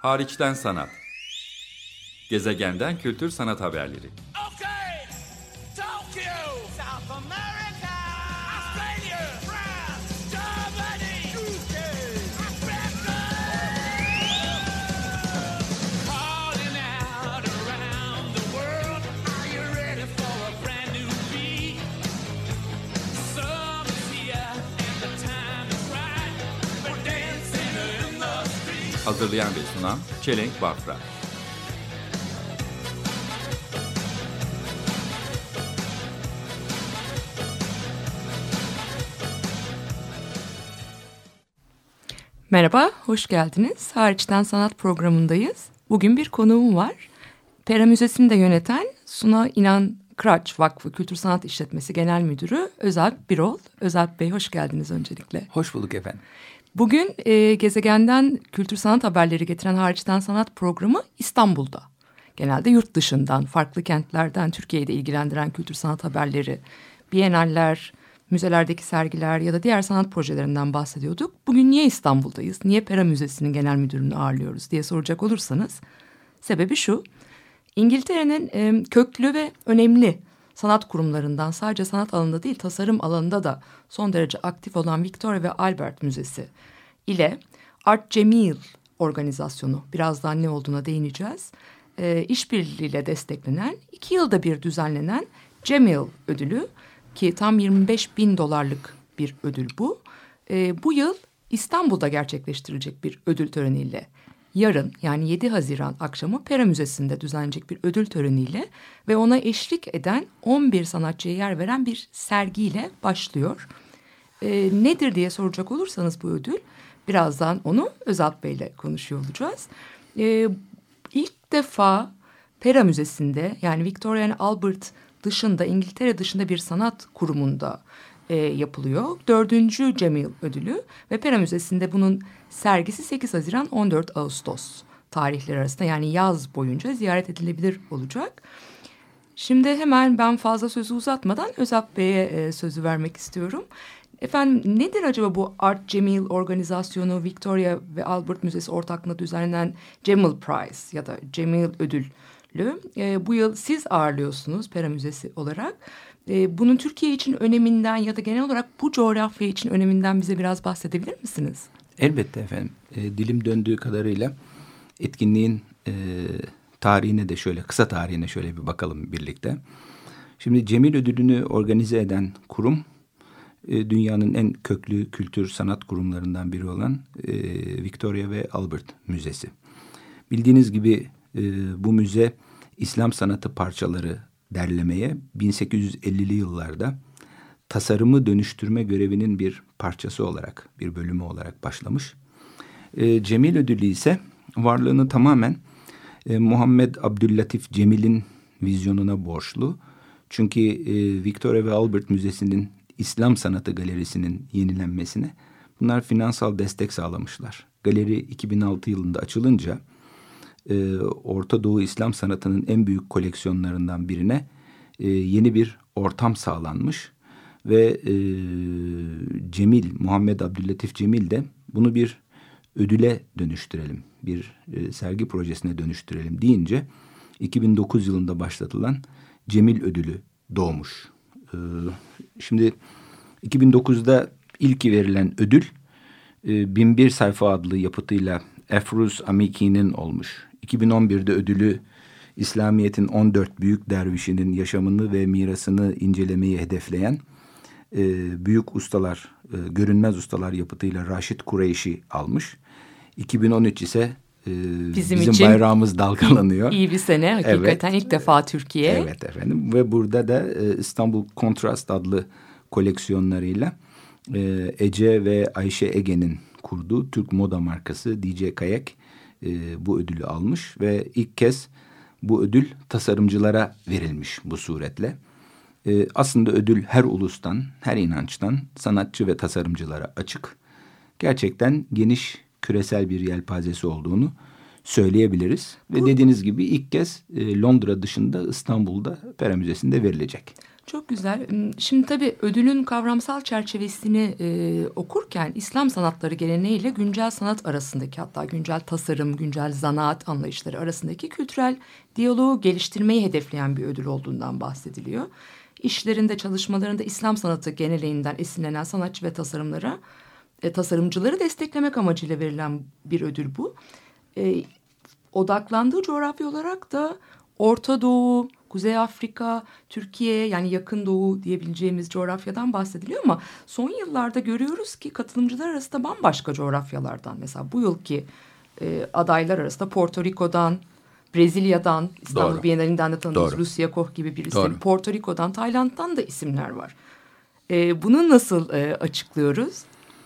Hariçten sanat. Gezegenden kültür sanat haberleri. Okay, Tokyo, South America, Australia, France, Germany, UK, Africa. Calling out around the world, are you ready for a brand new beat? Summer's here and the time is right. We're dancing in the street. Hazırlayan ve sunan Çelenk Bafra. Merhaba, hoş geldiniz. Hariçten Sanat programındayız. Bugün bir konuğum var. Pera Müzesi'ni de yöneten Suna İnan Kıraç Vakfı Kültür Sanat İşletmesi Genel Müdürü Özalp Birol. Özalp Bey, hoş geldiniz öncelikle. Hoş bulduk efendim. Bugün gezegenden kültür sanat haberleri getiren Hariçten Sanat programı İstanbul'da. Genelde yurt dışından, farklı kentlerden Türkiye'yi de ilgilendiren kültür sanat haberleri, biyenaller, müzelerdeki sergiler ya da diğer sanat projelerinden bahsediyorduk. Bugün niye İstanbul'dayız, niye Pera Müzesi'nin genel müdürünü ağırlıyoruz diye soracak olursanız, sebebi şu: İngiltere'nin köklü ve önemli sanat kurumlarından sadece sanat alanında değil tasarım alanında da son derece aktif olan Victoria ve Albert Müzesi ile Art Cemil organizasyonu, birazdan ne olduğuna değineceğiz, işbirliğiyle desteklenen 2 yılda bir düzenlenen Cemil ödülü, ki tam $25.000 bir ödül bu. Bu yıl İstanbul'da gerçekleştirilecek bir ödül töreniyle, yarın yani 7 Haziran akşamı Pera Müzesi'nde düzenlenecek bir ödül töreniyle ve ona eşlik eden 11 sanatçıya yer veren bir sergiyle başlıyor. Nedir diye soracak olursanız bu ödül, birazdan onu Özalp Bey'le konuşuyor olacağız. İlk defa Pera Müzesi'nde, yani Victoria and Albert dışında, İngiltere dışında bir sanat kurumunda yapılıyor. 4. Cemil ödülü ve Pera Müzesi'nde bunun sergisi 8 Haziran 14 Ağustos tarihleri arasında, yani yaz boyunca ziyaret edilebilir olacak. Şimdi hemen ben fazla sözü uzatmadan Özalp Bey'e sözü vermek istiyorum. Efendim, nedir acaba bu Art Cemil organizasyonu, Victoria ve Albert Müzesi ortaklığında düzenlenen Cemil Prize ya da Cemil ödülü? Bu yıl siz ağırlıyorsunuz Pera Müzesi olarak. Bunun Türkiye için öneminden ya da genel olarak bu coğrafya için öneminden bize biraz bahsedebilir misiniz? Elbette efendim. Dilim döndüğü kadarıyla etkinliğin tarihine de şöyle, kısa tarihine şöyle bir bakalım birlikte. Şimdi Cemil Ödülünü organize eden kurum, dünyanın en köklü kültür sanat kurumlarından biri olan Victoria ve Albert Müzesi. Bildiğiniz gibi bu müze İslam sanatı parçaları derlemeye 1850'li yıllarda tasarımı dönüştürme görevinin bir parçası olarak, bir bölümü olarak başlamış. Cemil Ödülü ise varlığını tamamen Muhammed Abdüllatif Cemil'in vizyonuna borçlu. Çünkü Victoria ve Albert Müzesi'nin İslam Sanatı Galerisi'nin yenilenmesine bunlar finansal destek sağlamışlar. Galeri 2006 yılında açılınca Orta Doğu İslam sanatının en büyük koleksiyonlarından birine yeni bir ortam sağlanmış ve Muhammed Abdüllatif Cemil de bunu bir ödüle dönüştürelim, bir sergi projesine dönüştürelim deyince 2009 yılında başlatılan Cemil Ödülü doğmuş. Şimdi 2009'da ilk verilen ödül 1001 sayfa adlı yapıtıyla Efruz Amiki'nin olmuş. 2011'de ödülü İslamiyet'in 14 büyük dervişinin yaşamını ve mirasını incelemeyi hedefleyen büyük ustalar, görünmez ustalar yapıtıyla Raşit Kureyşi almış. 2013 ise bizim bayrağımız dalgalanıyor. İyi bir sene hakikaten, evet. İlk defa Türkiye. Evet efendim, ve burada da İstanbul Kontrast adlı koleksiyonlarıyla Ece ve Ayşe Ege'nin kurduğu Türk moda markası DJ Kayak bu ödülü almış ve ilk kez bu ödül tasarımcılara verilmiş bu suretle. Aslında ödül her ulustan, her inançtan sanatçı ve tasarımcılara açık. Gerçekten geniş, küresel bir yelpazesi olduğunu söyleyebiliriz. Ve dediğiniz gibi ilk kez Londra dışında İstanbul'da Pera Müzesi'nde verilecek. Çok güzel. Şimdi tabii ödülün kavramsal çerçevesini okurken İslam sanatları geleneğiyle güncel sanat arasındaki, hatta güncel tasarım, güncel zanaat anlayışları arasındaki kültürel diyaloğu geliştirmeyi hedefleyen bir ödül olduğundan bahsediliyor. İşlerinde, çalışmalarında İslam sanatı geleneğinden esinlenen sanatçı ve tasarımcıları desteklemek amacıyla verilen bir ödül bu. Odaklandığı coğrafya olarak da Orta Doğu, Kuzey Afrika, Türkiye, yani yakın doğu diyebileceğimiz coğrafyadan bahsediliyor ama son yıllarda görüyoruz ki katılımcılar arasında bambaşka coğrafyalardan, mesela bu yılki adaylar arasında Porto Rico'dan, Brezilya'dan, İstanbul Doğru. Bienalinden de tanıdığımız Doğru. Lucia Koch gibi bir isim, Doğru. Porto Rico'dan, Tayland'dan da isimler var. Bunu nasıl açıklıyoruz?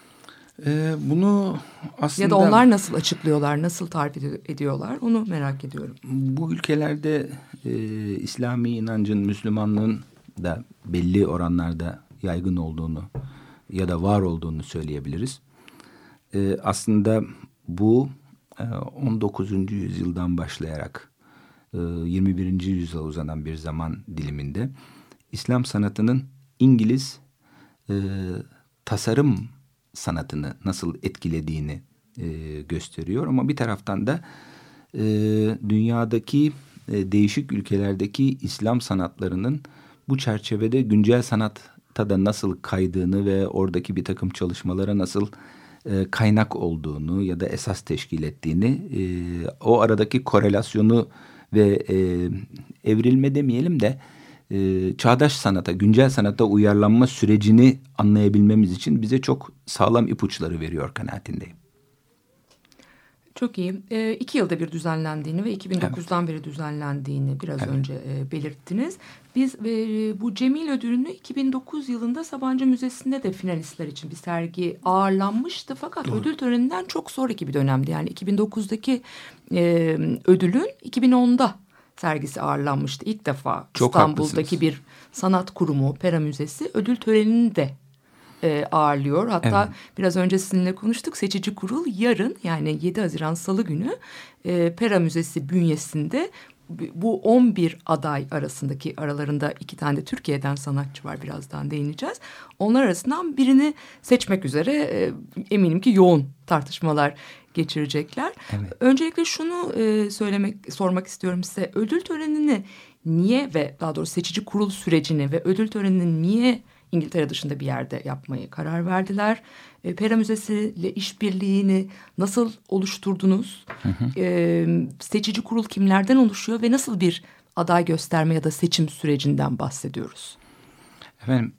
Bunu aslında... Ya da onlar nasıl açıklıyorlar, nasıl tarif ediyorlar, onu merak ediyorum. Bu ülkelerde İslami inancın, Müslümanlığın da belli oranlarda yaygın olduğunu ya da var olduğunu söyleyebiliriz. Aslında bu 19. yüzyıldan başlayarak 21. yüzyıla uzanan bir zaman diliminde İslam sanatının İngiliz tasarım sanatını nasıl etkilediğini gösteriyor. Ama bir taraftan da dünyadaki değişik ülkelerdeki İslam sanatlarının bu çerçevede güncel sanatta da nasıl kaydığını ve oradaki bir takım çalışmalara nasıl kaynak olduğunu ya da esas teşkil ettiğini, o aradaki korelasyonu ve evrilme demeyelim de çağdaş sanata, güncel sanata uyarlanma sürecini anlayabilmemiz için bize çok sağlam ipuçları veriyor kanaatindeyim. Çok iyi. 2 yılda bir düzenlendiğini ve 2009'dan beri düzenlendiğini biraz önce belirttiniz. Biz bu Cemil Ödülünü 2009 yılında Sabancı Müzesi'nde de finalistler için bir sergi ağırlanmıştı. Fakat ödül töreninden çok sonraki bir dönemdi. Yani 2009'daki ödülün 2010'da sergisi ağırlanmıştı. İlk defa Çok İstanbul'daki haklısınız. bir sanat kurumu, Pera Müzesi ödül törenini de ağırlıyor. Hatta biraz önce sizinle konuştuk. Seçici kurul yarın, yani 7 Haziran Salı günü Pera Müzesi bünyesinde bu 11 aday arasındaki, aralarında 2 tane de Türkiye'den sanatçı var, birazdan değineceğiz. Onlar arasından birini seçmek üzere eminim ki yoğun tartışmalar geçirecekler. Evet. Öncelikle şunu sormak istiyorum size. Ödül törenini niye ve daha doğrusu seçici kurul sürecini ve ödül törenini niye İngiltere dışında bir yerde yapmaya karar verdiler? Pera Müzesi ile işbirliğini nasıl oluşturdunuz? Seçici kurul kimlerden oluşuyor ve nasıl bir aday gösterme ya da seçim sürecinden bahsediyoruz? Efendim,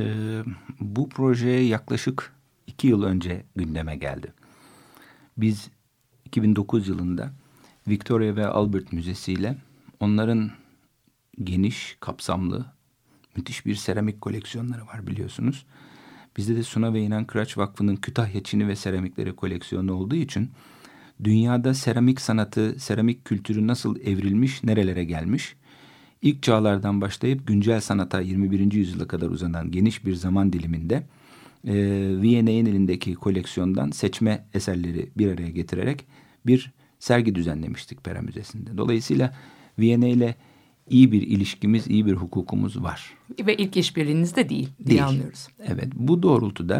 bu projeye yaklaşık 2 yıl önce gündeme geldi. Biz 2009 yılında Victoria ve Albert Müzesi ile onların geniş, kapsamlı, müthiş bir seramik koleksiyonları var biliyorsunuz. Bizde de Suna ve İnan Kıraç Vakfı'nın Kütahya Çini ve Seramikleri koleksiyonu olduğu için dünyada seramik sanatı, seramik kültürü nasıl evrilmiş, nerelere gelmiş? İlk çağlardan başlayıp güncel sanata 21. yüzyıla kadar uzanan geniş bir zaman diliminde V&A'nin elindeki koleksiyondan seçme eserleri bir araya getirerek bir sergi düzenlemiştik Pera Müzesi'nde. Dolayısıyla V&A ile iyi bir ilişkimiz, iyi bir hukukumuz var. Ve ilk işbirliğiniz de değil diye anlıyoruz. Evet, bu doğrultuda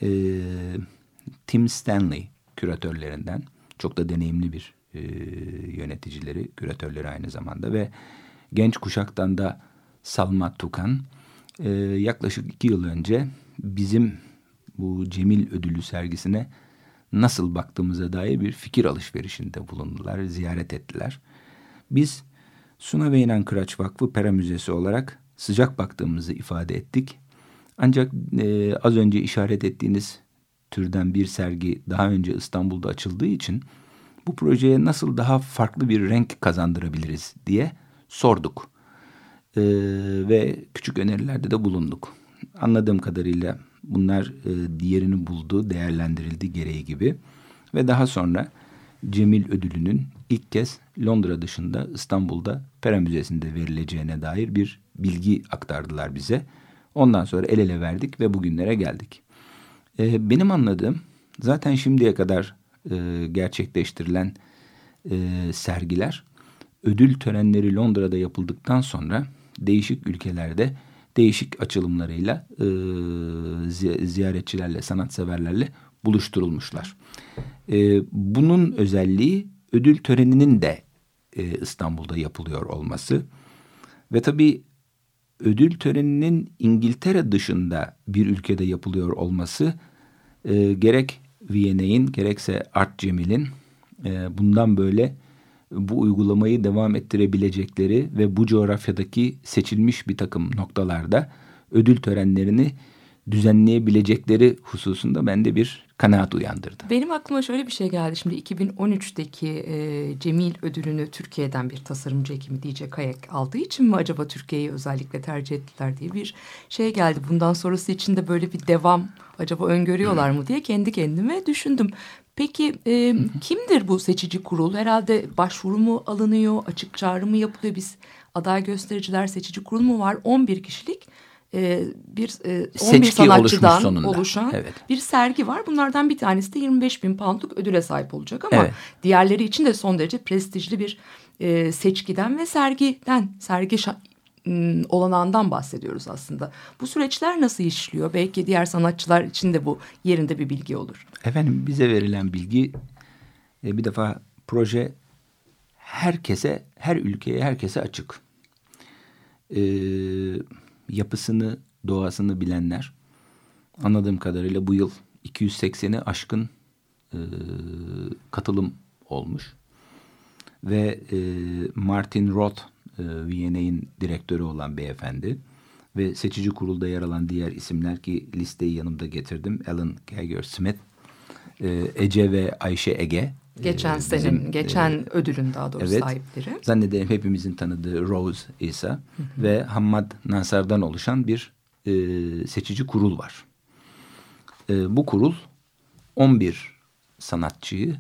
Tim Stanley küratörlerinden, çok da deneyimli bir yöneticileri, küratörleri aynı zamanda ve genç kuşaktan da Salma Tukan yaklaşık 2 yıl önce bizim bu Cemil Ödülü sergisine nasıl baktığımıza dair bir fikir alışverişinde bulundular, ziyaret ettiler. Biz Suna ve İnan Kıraç Vakfı Pera Müzesi olarak sıcak baktığımızı ifade ettik. Ancak az önce işaret ettiğiniz türden bir sergi daha önce İstanbul'da açıldığı için bu projeye nasıl daha farklı bir renk kazandırabiliriz diye sorduk. Ve küçük önerilerde de bulunduk. Anladığım kadarıyla bunlar diğerini buldu, değerlendirildi gereği gibi. Ve daha sonra Cemil Ödülü'nün ilk kez Londra dışında İstanbul'da Pera Müzesi'nde verileceğine dair bir bilgi aktardılar bize. Ondan sonra el ele verdik ve bugünlere geldik. Benim anladığım, zaten şimdiye kadar gerçekleştirilen sergiler, ödül törenleri Londra'da yapıldıktan sonra değişik ülkelerde değişik açılımlarıyla ziyaretçilerle, sanatseverlerle buluşturulmuşlar. Bunun özelliği ödül töreninin de İstanbul'da yapılıyor olması ve tabii ödül töreninin İngiltere dışında bir ülkede yapılıyor olması gerek V&A'in gerekse Art Cemil'in bundan böyle bu uygulamayı devam ettirebilecekleri ve bu coğrafyadaki seçilmiş bir takım noktalarda ödül törenlerini düzenleyebilecekleri hususunda bende bir kanaat uyandırdı. Benim aklıma şöyle bir şey geldi. Şimdi 2013'teki Cemil ödülünü Türkiye'den bir tasarımcı hekimi DJ Kayek aldığı için mi acaba Türkiye'yi özellikle tercih ettiler diye bir şey geldi. Bundan sonrası için de böyle bir devam acaba öngörüyorlar mı diye kendi kendime düşündüm. Peki kimdir bu seçici kurul? Herhalde başvuru mu alınıyor, açık çağrı mı yapılıyor? Biz aday göstericiler seçici kurul mu var? 11 kişilik bir 11 sanatçıdan oluşan bir sergi var. Bunlardan bir tanesi de 25.000 poundluk ödüle sahip olacak ama diğerleri için de son derece prestijli bir seçkiden ve sergi olanağından bahsediyoruz aslında. Bu süreçler nasıl işliyor? Belki diğer sanatçılar için de bu yerinde bir bilgi olur. Efendim bize verilen bilgi bir defa proje herkese, her ülkeye, herkese açık. Yapısını, doğasını bilenler anladığım kadarıyla bu yıl 280'i aşkın katılım olmuş. Ve Martin Roth, V&A'in direktörü olan beyefendi ve seçici kurulda yer alan diğer isimler ki listeyi yanımda getirdim. Alan Geiger Smith, Ece ve Ayşe Ege. Geçen ödülün daha doğrusu sahipleri. Zannederim hepimizin tanıdığı Rose İsa ve Hammad Nasar'dan oluşan bir seçici kurul var. Bu kurul 11 sanatçıyı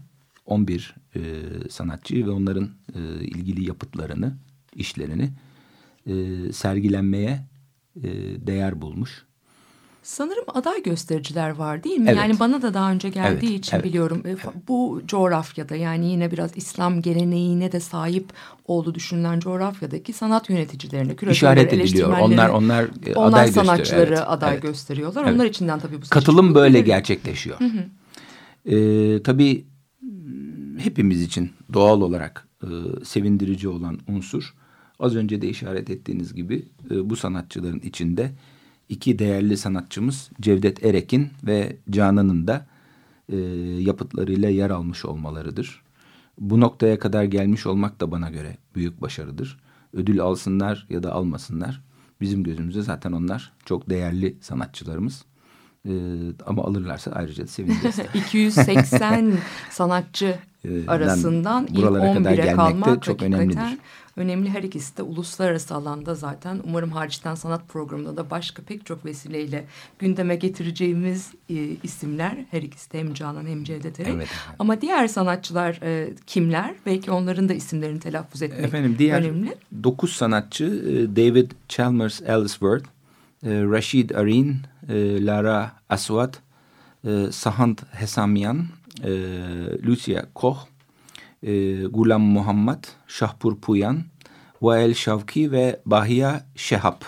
ve onların ilgili yapıtlarını, işlerini sergilenmeye değer bulmuş. Sanırım aday göstericiler var değil mi? Evet. Yani bana da daha önce geldiği için biliyorum. Bu coğrafyada yani yine biraz İslam geleneğine de sahip olduğu düşünülen coğrafyadaki sanat yöneticilerine, küratörlere, eleştirmenlere, onlar aday sanatçıları aday gösteriyorlar. Onlar içinden tabii bu katılım böyle gerçekleşiyor. Tabii hepimiz için doğal olarak sevindirici olan unsur az önce de işaret ettiğiniz gibi bu sanatçıların içinde iki değerli sanatçımız Cevdet Erek'in ve Canan'ın da yapıtlarıyla yer almış olmalarıdır. Bu noktaya kadar gelmiş olmak da bana göre büyük başarıdır. Ödül alsınlar ya da almasınlar. Bizim gözümüzde zaten onlar çok değerli sanatçılarımız. Ama alırlarsa ayrıca da seviniriz. 280 sanatçı arasından ilk 11'e kalmak çok önemlidir. Önemli. Her ikisi de uluslararası alanda zaten. Umarım Hariçten Sanat programında da başka pek çok vesileyle gündeme getireceğimiz isimler. Her ikisi de hem Canan hem Cevdet Erek. Ama diğer sanatçılar kimler? Belki onların da isimlerini telaffuz etmek diğer önemli. 9 sanatçı David Chalmers Ellsworth, Rashid Arin, Lara Aswad, Sahand Hesamyan, Lucia Koch, Gulam Muhammad, Şahpur Puyan, Vael Şavki ve Bahiya Şehap.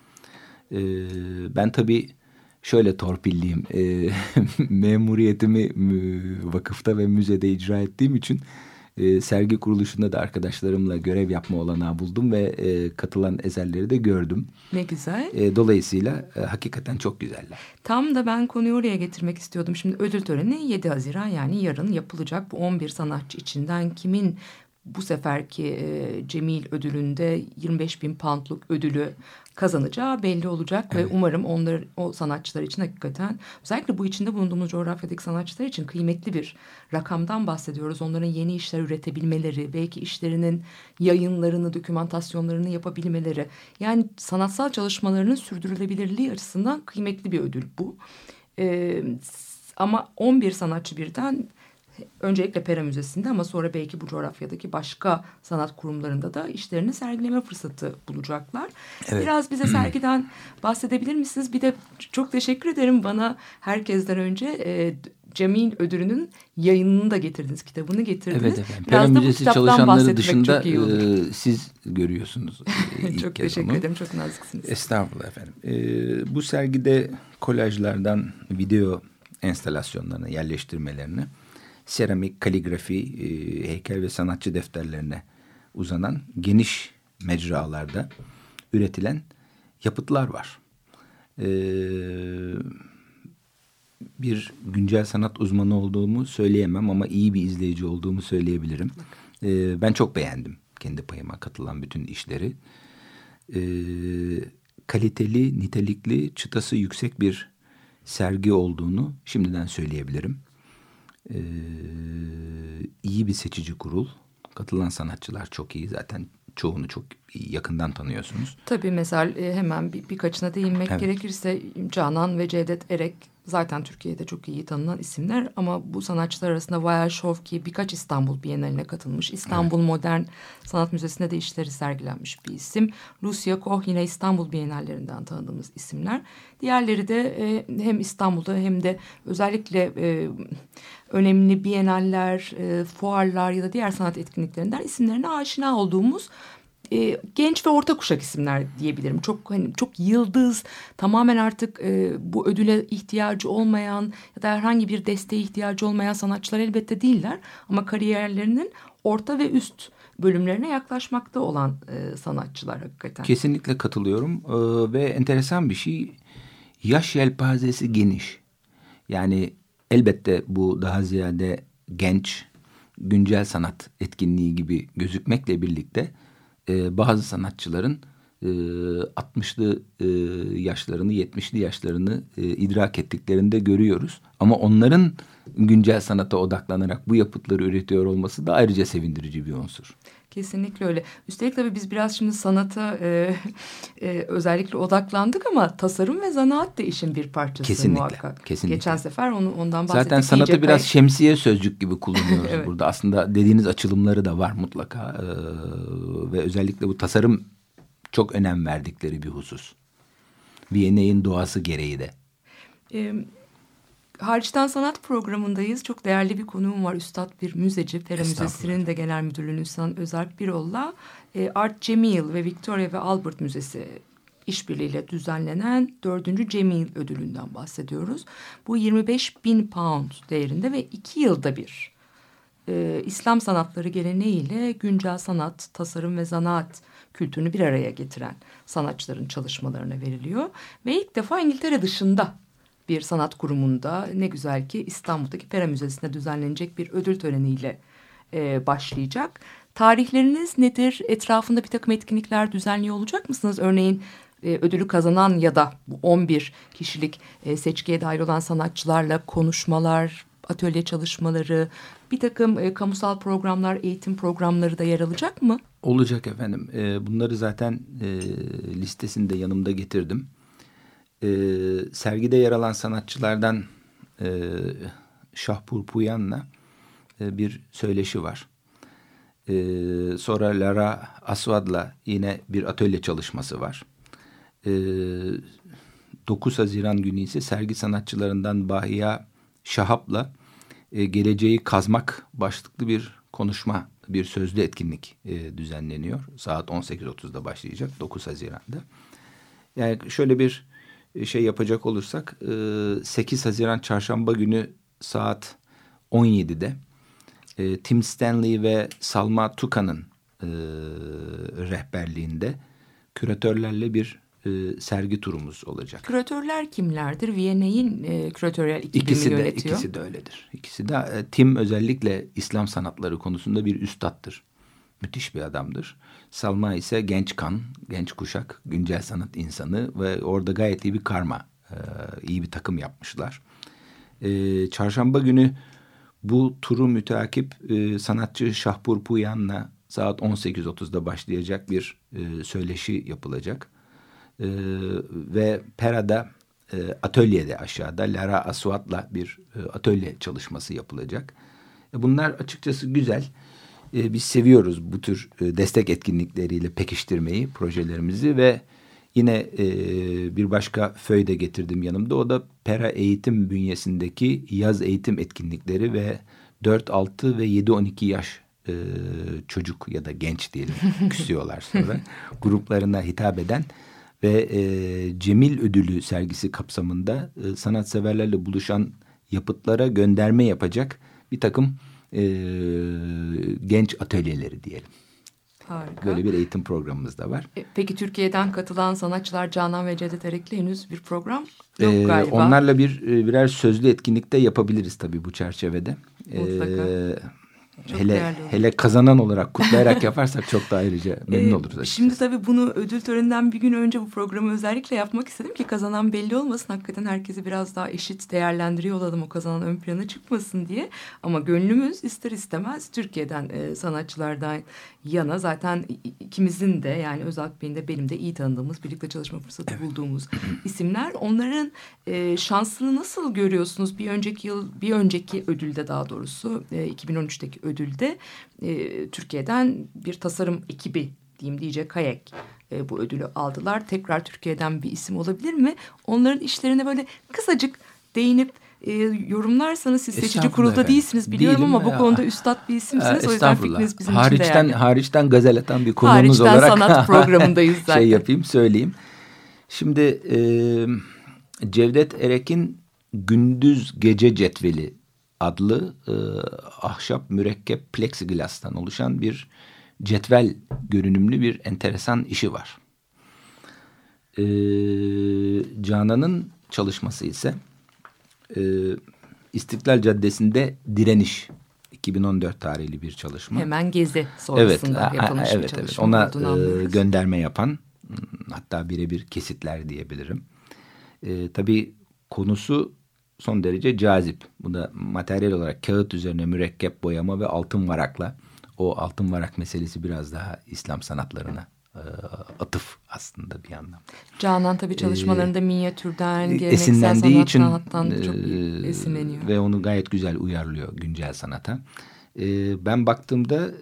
Ben tabii şöyle torpilliyim. Memuriyetimi vakıfta ve müzede icra ettiğim için sergi kuruluşunda da arkadaşlarımla görev yapma olanağı buldum ve katılan eserleri de gördüm. Ne güzel. Dolayısıyla hakikaten çok güzeller. Tam da ben konuyu oraya getirmek istiyordum. Şimdi ödül töreni 7 Haziran yani yarın yapılacak. Bu 11 sanatçı içinden kimin bu seferki Cemil ödülünde 25.000 poundluk ödülü kazanacağı belli olacak ve umarım o sanatçılar için hakikaten özellikle bu içinde bulunduğumuz coğrafyadaki sanatçılar için kıymetli bir rakamdan bahsediyoruz. Onların yeni işler üretebilmeleri, belki işlerinin yayınlarını, dokümantasyonlarını yapabilmeleri, yani sanatsal çalışmalarının sürdürülebilirliği açısından kıymetli bir ödül bu. Ama 11 sanatçı birden öncelikle Pera Müzesi'nde ama sonra belki bu coğrafyadaki başka sanat kurumlarında da işlerini sergileme fırsatı bulacaklar. Biraz bize sergiden bahsedebilir misiniz? Bir de çok teşekkür ederim bana herkesten önce Cemil Ödülü'nün yayınını da getirdiniz, kitabını getirdiniz. Evet efendim. Biraz Pera da bu Müzesi kitaptan çalışanları bahsetmek dışında çok iyi olur. siz görüyorsunuz. Çok teşekkür ederim. Çok naziksiniz. Estağfurullah efendim. Bu sergide kolajlardan video enstalasyonlarına, yerleştirmelerine, seramik, kaligrafi, heykel ve sanatçı defterlerine uzanan geniş mecralarda üretilen yapıtlar var. Bir güncel sanat uzmanı olduğumu söyleyemem ama iyi bir izleyici olduğumu söyleyebilirim. Ben çok beğendim kendi payıma katılan bütün işleri. Kaliteli, nitelikli, çıtası yüksek bir sergi olduğunu şimdiden söyleyebilirim. İyi bir seçici kurul. Katılan sanatçılar çok iyi. Zaten çoğunu çok yakından tanıyorsunuz. Tabii mesela hemen birkaçına değinmek gerekirse Canan ve Cevdet Erek zaten Türkiye'de çok iyi tanınan isimler ama bu sanatçılar arasında Vaya Şovki birkaç İstanbul Bienali'ne katılmış. İstanbul Modern Sanat Müzesi'nde de işleri sergilenmiş bir isim. Lucia Koch yine İstanbul Bienallerinden tanıdığımız isimler. Diğerleri de hem İstanbul'da hem de özellikle önemli bienaller, fuarlar ya da diğer sanat etkinliklerinden isimlerine aşina olduğumuz genç ve orta kuşak isimler diyebilirim. Çok yıldız, tamamen artık bu ödüle ihtiyacı olmayan ya da herhangi bir desteğe ihtiyacı olmayan sanatçılar elbette değiller. Ama kariyerlerinin orta ve üst bölümlerine yaklaşmakta olan sanatçılar hakikaten. Kesinlikle katılıyorum ve enteresan bir şey, yaş yelpazesi geniş. Yani elbette bu daha ziyade genç, güncel sanat etkinliği gibi gözükmekle birlikte bazı sanatçıların 60'lı yaşlarını, 70'li yaşlarını idrak ettiklerini de görüyoruz. Ama onların güncel sanata odaklanarak bu yapıtları üretiyor olması da ayrıca sevindirici bir unsur. Kesinlikle öyle. Üstelik tabii biz biraz şimdi sanata özellikle odaklandık ama tasarım ve zanaat da işin bir parçası kesinlikle, muhakkak. Kesinlikle. Geçen sefer ondan bahsettik. Zaten sanatı biraz şemsiye sözcük gibi kullanıyoruz evet. Burada. Aslında dediğiniz açılımları da var mutlaka. Ve özellikle bu tasarım çok önem verdikleri bir husus. Biennial'in doğası gereği de. Hariçten Sanat programındayız. Çok değerli bir konuğum var. Üstad bir müzeci. Pera Müzesi'nin de genel müdürlüğünü üstlenen Özalp Birol'la Art Cemil ve Victoria ve Albert Müzesi işbirliğiyle düzenlenen 4. Cemil ödülünden bahsediyoruz. Bu 25.000 pound değerinde ve 2 yılda bir İslam sanatları geleneğiyle güncel sanat, tasarım ve zanaat kültürünü bir araya getiren sanatçıların çalışmalarına veriliyor. Ve ilk defa İngiltere dışında bir sanat kurumunda, ne güzel ki İstanbul'daki Pera Müzesi'nde düzenlenecek bir ödül töreniyle başlayacak. Tarihleriniz nedir? Etrafında bir takım etkinlikler düzenliyor olacak mısınız? Örneğin ödülü kazanan ya da bu 11 kişilik seçkiye dahil olan sanatçılarla konuşmalar, atölye çalışmaları, bir takım kamusal programlar, eğitim programları da yer alacak mı? Olacak efendim. Bunları zaten listesini de yanımda getirdim. Sergide yer alan sanatçılardan Şahpur Puyan'la bir söyleşi var. Sonra Lara Aswad'la yine bir atölye çalışması var. 9 Haziran günü ise sergi sanatçılarından Bahiya Şahap'la geleceği kazmak başlıklı bir konuşma, bir sözlü etkinlik düzenleniyor. Saat 18.30'da başlayacak 9 Haziran'da. Yani şöyle bir şey yapacak olursak 8 Haziran Çarşamba günü saat 17'de Tim Stanley ve Salma Tuka'nın rehberliğinde küratörlerle bir sergi turumuz olacak. Küratörler kimlerdir? Biennial'in küratöryel ekibi mi yönetiyor? İkisi de öyledir. İkisi de Tim özellikle İslam sanatları konusunda bir üstattır. Müthiş bir adamdır. Salma ise genç kan, genç kuşak, güncel sanat insanı ve orada gayet iyi bir karma, iyi bir takım yapmışlar. Çarşamba günü bu turu müteakip sanatçı Şahpur Puyan'la saat 18.30'da başlayacak bir söyleşi yapılacak. Ve Pera'da atölyede aşağıda Lara Aswad'la bir atölye çalışması yapılacak. Bunlar açıkçası güzel. Biz seviyoruz bu tür destek etkinlikleriyle pekiştirmeyi, projelerimizi ve Yine bir başka föy de getirdim yanımda. O da Pera Eğitim bünyesindeki yaz eğitim etkinlikleri ve 4, 6 ve 7-12 yaş çocuk ya da genç diyelim küsüyorlar sonra gruplarına hitap eden ve Cemil Ödülü sergisi kapsamında sanatseverlerle buluşan yapıtlara gönderme yapacak bir takım genç atölyeleri diyelim. Harika. Böyle bir eğitim programımız da var. Peki Türkiye'den katılan sanatçılar Canan ve Cevdet Erek'le henüz bir program yok galiba. Onlarla birer sözlü etkinlikte yapabiliriz tabii bu çerçevede. Mutlaka. Hele kazanan olarak kutlayarak yaparsak çok da ayrıca memnun oluruz açıkçası. Şimdi tabii bunu ödül töreninden bir gün önce bu programı özellikle yapmak istedim ki kazanan belli olmasın. Hakikaten herkesi biraz daha eşit değerlendiriyor olalım, o kazanan ön plana çıkmasın diye. Ama gönlümüz ister istemez Türkiye'den sanatçılardan yana, zaten ikimizin de yani Özalp Bey'in de benim de iyi tanıdığımız, birlikte çalışma fırsatı bulduğumuz isimler. Onların şansını nasıl görüyorsunuz? Bir önceki ödülde, daha doğrusu 2013'teki ödülde Türkiye'den bir tasarım ekibi diyeyim, DJ Kayek bu ödülü aldılar. Tekrar Türkiye'den bir isim olabilir mi? Onların işlerine böyle kısacık değinip yorumlarsanız, siz seçici kurulda efendim değilsiniz biliyorum ama bu konuda üstad bir isimsiniz. O yüzden fikriniz bizim için değerli. Hariçten gazel atan bir konuğumuz olarak sanat programındayız zaten. Söyleyeyim. Şimdi Cevdet Erek'in Gündüz Gece Cetveli adlı ahşap mürekkep plexiglas'tan oluşan bir cetvel görünümlü bir enteresan işi var. Canan'ın çalışması ise İstiklal Caddesi'nde Direniş, 2014 tarihli bir çalışma. Hemen Gezi sonrasında yapılmış bir çalışma. Evet. Ona gönderme yapan, hatta birebir kesitler diyebilirim. Tabii konusu son derece cazip. Bu da materyal olarak kağıt üzerine mürekkep boyama ve altın varakla. O altın varak meselesi biraz daha İslam sanatlarına atıf aslında bir yandan. Canan tabii çalışmalarında minyatürden, geleneksel sanattan çok esinleniyor. Ve onu gayet güzel uyarlıyor güncel sanata. Ben baktığımda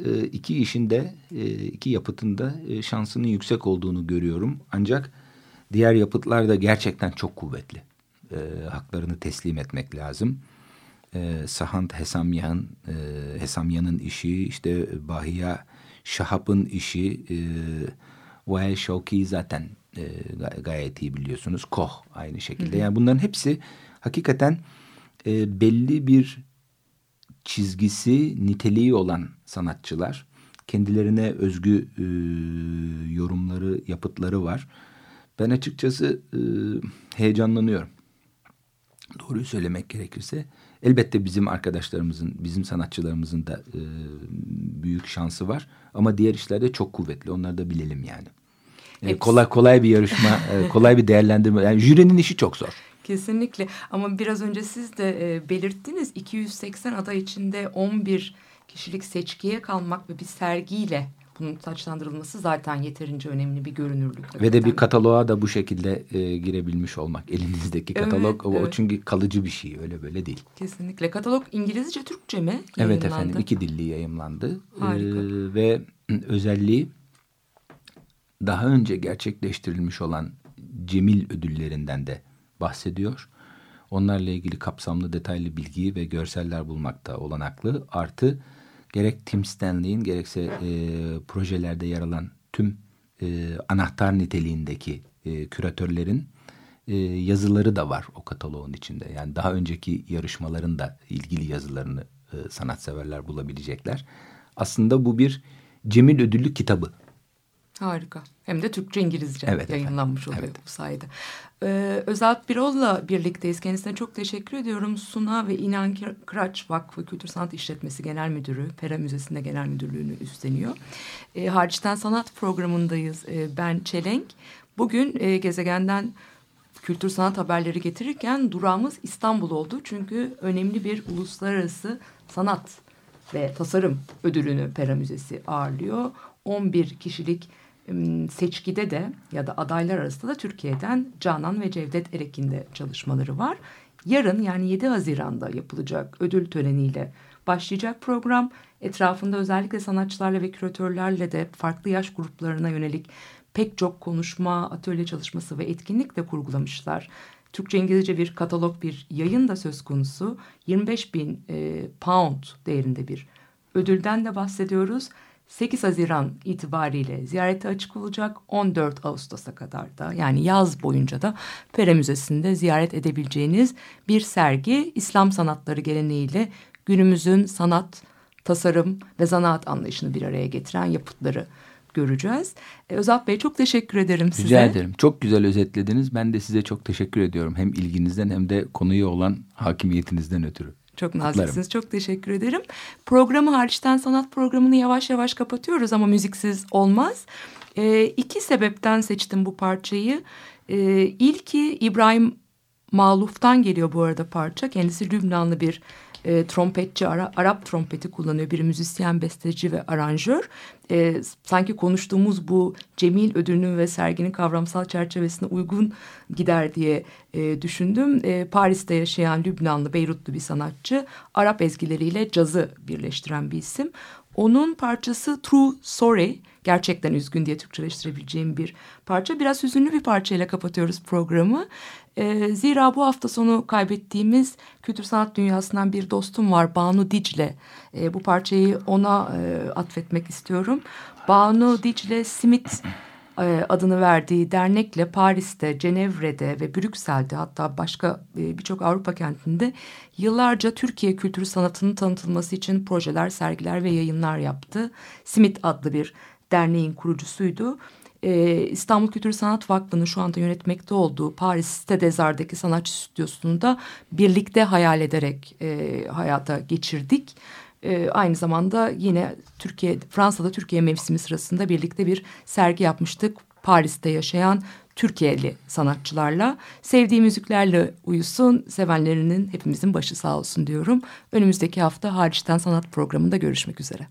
iki yapıtın da şansının yüksek olduğunu görüyorum. Ancak diğer yapıtlar da gerçekten çok kuvvetli. Haklarını teslim etmek lazım. Sahand Hesamyan'ın işi, işte Bahiya Şahap'ın işi, Vael Şevki'yi zaten gayet iyi biliyorsunuz. Koh aynı şekilde. Yani bunların hepsi hakikaten belli bir çizgisi, niteliği olan sanatçılar. Kendilerine özgü yorumları, yapıtları var. Ben açıkçası heyecanlanıyorum. Doğruyu söylemek gerekirse. Elbette bizim arkadaşlarımızın, bizim sanatçılarımızın da büyük şansı var. Ama diğer işlerde çok kuvvetli. Onları da bilelim yani. Kolay bir yarışma, kolay bir değerlendirme. Yani jürinin işi çok zor. Kesinlikle. Ama biraz önce siz de belirttiniz. 280 aday içinde 11 kişilik seçkiye kalmak ve bir sergiyle bunun taçlandırılması zaten yeterince önemli bir görünürlük. Ve de bir kataloğa da bu şekilde girebilmiş olmak. Elinizdeki katalog, evet. O çünkü kalıcı bir şey, öyle böyle değil. Kesinlikle. Katalog İngilizce, Türkçe mi yayınlandı? Evet efendim, 2 dilli yayımlandı. Harika. Ve özelliği daha önce gerçekleştirilmiş olan Cemil ödüllerinden de bahsediyor. Onlarla ilgili kapsamlı, detaylı bilgiyi ve görseller bulmakta olanaklı. Artı gerek Tim Stanley'in gerekse projelerde yer alan tüm anahtar niteliğindeki küratörlerin yazıları da var o kataloğun içinde. Yani daha önceki yarışmaların da ilgili yazılarını sanatseverler bulabilecekler. Aslında bu bir Cemil Ödüllü kitabı. Harika. Hem de Türkçe, İngilizce yayınlanmış oluyor bu sayede. Özalp Birol'la birlikteyiz. Kendisine çok teşekkür ediyorum. Suna ve İnan Kıraç Vakfı Kültür Sanat İşletmesi Genel Müdürü, Pera Müzesi'nde genel müdürlüğünü üstleniyor. Hariçten Sanat programındayız. Ben Çelenk. Bugün gezegenden kültür sanat haberleri getirirken durağımız İstanbul oldu. Çünkü önemli bir uluslararası sanat ve tasarım ödülünü Pera Müzesi ağırlıyor. 11 kişilik seçkide de ya da adaylar arasında da Türkiye'den Canan ve Cevdet Erek'in de çalışmaları var. Yarın, yani 7 Haziran'da yapılacak ödül töreniyle başlayacak program. Etrafında özellikle sanatçılarla ve küratörlerle de farklı yaş gruplarına yönelik pek çok konuşma, atölye çalışması ve etkinlik de kurgulamışlar. Türkçe-İngilizce bir katalog, bir yayın da söz konusu. 25.000 pound değerinde bir ödülden de bahsediyoruz. 8 Haziran itibariyle ziyarete açık olacak. 14 Ağustos'a kadar da, yani yaz boyunca da Pera Müzesi'nde ziyaret edebileceğiniz bir sergi. İslam sanatları geleneğiyle günümüzün sanat, tasarım ve zanaat anlayışını bir araya getiren yapıtları göreceğiz. Özalp Bey, çok teşekkür ederim size. Rica ederim. Çok güzel özetlediniz. Ben de size çok teşekkür ediyorum. Hem ilginizden hem de konuya olan hakimiyetinizden ötürü. Çok naziksiniz. Çok teşekkür ederim. Programı, Hariçten Sanat programını yavaş yavaş kapatıyoruz ama müziksiz olmaz. İki sebepten seçtim bu parçayı. İlki İbrahim Maluf'tan geliyor bu arada parça. Kendisi Lübnanlı bir trompetçi, Arap trompeti kullanıyor. Bir müzisyen, besteci ve aranjör. Sanki konuştuğumuz bu Cemil ödülünün ve serginin kavramsal çerçevesine uygun gider diye düşündüm. Paris'te yaşayan Lübnanlı, Beyrutlu bir sanatçı. Arap ezgileriyle cazı birleştiren bir isim. Onun parçası True Sorry, gerçekten üzgün diye Türkçeleştirebileceğim bir parça. Biraz hüzünlü bir parçayla kapatıyoruz programı. Zira bu hafta sonu kaybettiğimiz kültür sanat dünyasından bir dostum var, Banu Dicle. Bu parçayı ona atfetmek istiyorum. Banu Dicle, Simit adını verdiği dernekle Paris'te, Cenevre'de ve Brüksel'de, hatta başka birçok Avrupa kentinde yıllarca Türkiye kültür sanatının tanıtılması için projeler, sergiler ve yayınlar yaptı. Simit adlı bir derneğin kurucusuydu. İstanbul Kültür Sanat Vakfı'nın şu anda yönetmekte olduğu Paris Cité des Arts'daki sanatçı stüdyosunu da birlikte hayal ederek hayata geçirdik. Aynı zamanda yine Fransa'da Türkiye mevsimi sırasında birlikte bir sergi yapmıştık. Paris'te yaşayan Türkiye'li sanatçılarla. Sevdiği müziklerle uyusun, sevenlerinin hepimizin başı sağ olsun diyorum. Önümüzdeki hafta Hariçten Sanat programında görüşmek üzere.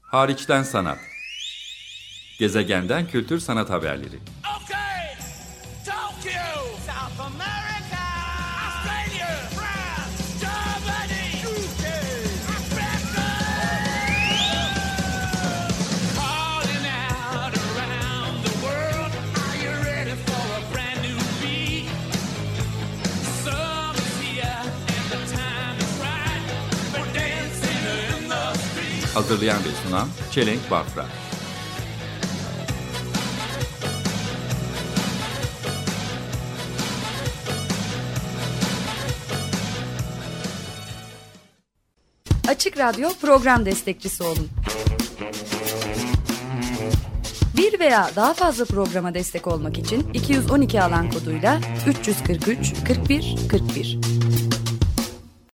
Hariçten sanat. Gezegenden kültür sanat haberleri. Okay, Tokyo, South America, Australia, France, Germany, UK, Africa. Calling out around the world, are you ready for a brand new beat? Summer's here and the time is right for dancing in the street. Hazırlayan ve sunan Çelenk Bafra. Açık Radyo program destekçisi olun. Bir veya daha fazla programa destek olmak için 212 alan koduyla 343 41 41.